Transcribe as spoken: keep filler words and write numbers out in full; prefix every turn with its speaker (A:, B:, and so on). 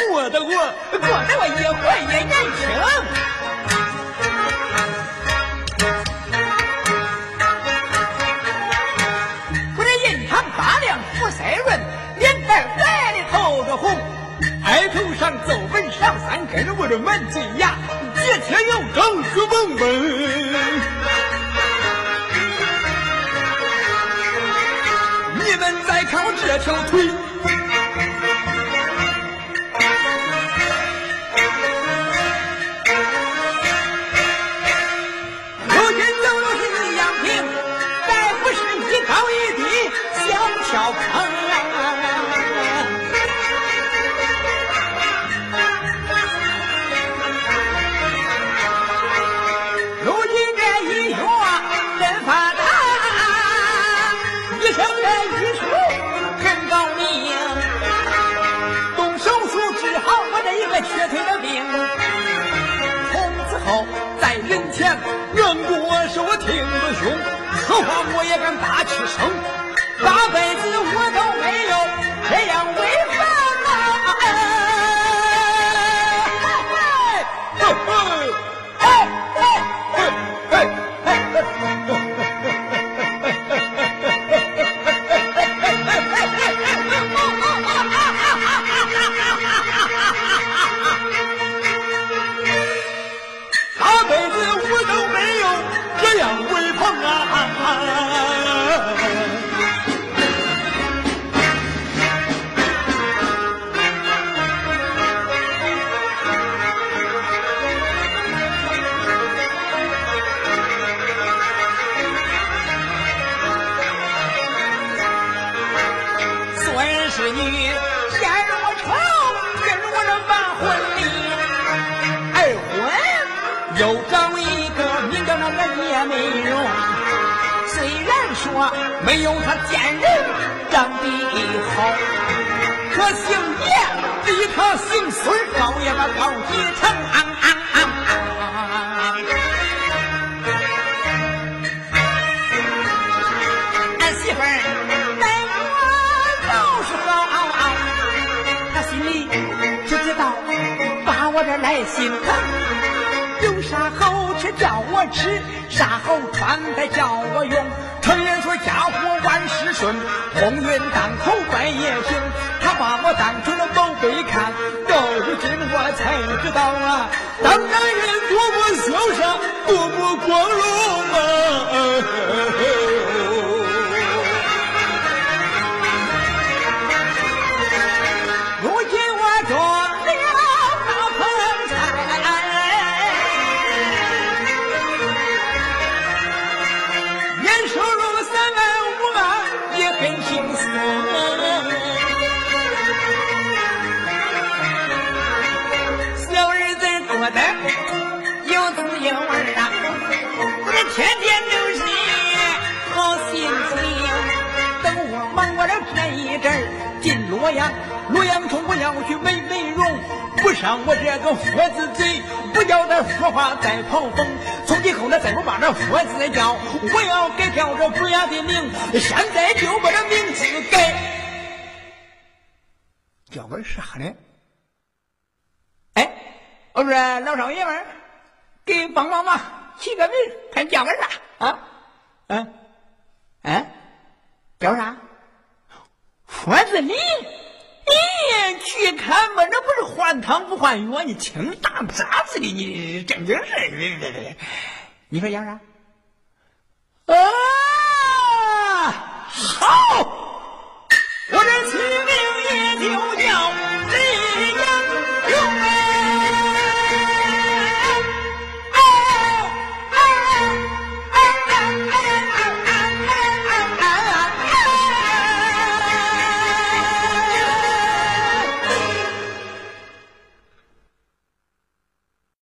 A: 我的我，过得我也活也年轻。我这印堂发亮，肤色润，脸蛋白里透着红，额头上皱纹上三根，我这满嘴牙节节有张血蹦蹦。你们再看我这条腿，如今走路是一样平，再不是一高一低小跳坑。如今这医学真发达，医生的医术很高明，动手术治好我这一个瘸腿的病。从此后在人前人过说我听着凶，说话我也敢大气声，八辈子我都没有这样违法啊！嘿嘿嘿嘿嘿嘿八辈子我都没有这样威风啊！孙是女嫌我丑，跟我这办婚礼，二婚又找一个名叫那个叶美容，虽然说没有他见人长得好，可姓叶比他姓孙高也把高几成。啊啊啊啊俺媳妇儿待我就是好，他心里只知道把我这来心疼，有啥好吃叫我吃，啥好穿戴叫我用，常言说家伙万事顺，鸿运当头怪也行，他把我当成了宝贝看，到如今我才知道啊，当男人多么潇洒，多么光荣啊！如今我中了大盆菜，年收入三万五万也很轻松，小日子过得有滋有味啊，我这天天都是好心情。等我忙我这这一阵儿进洛阳，洛阳城我要去美美容，不上我这个佛字嘴，不叫这说话再跑风，从今后呢再不把这佛字叫，我要改叫这不雅的名，现在就把这名字改叫个啥呢？哎，我说老少爷们给帮帮忙起个名，看叫个啥啊？嗯嗯，叫啥？佛字里，你去看吧，那不是换汤不换药，你听大渣子的，你正经事。你说叫啥？啊！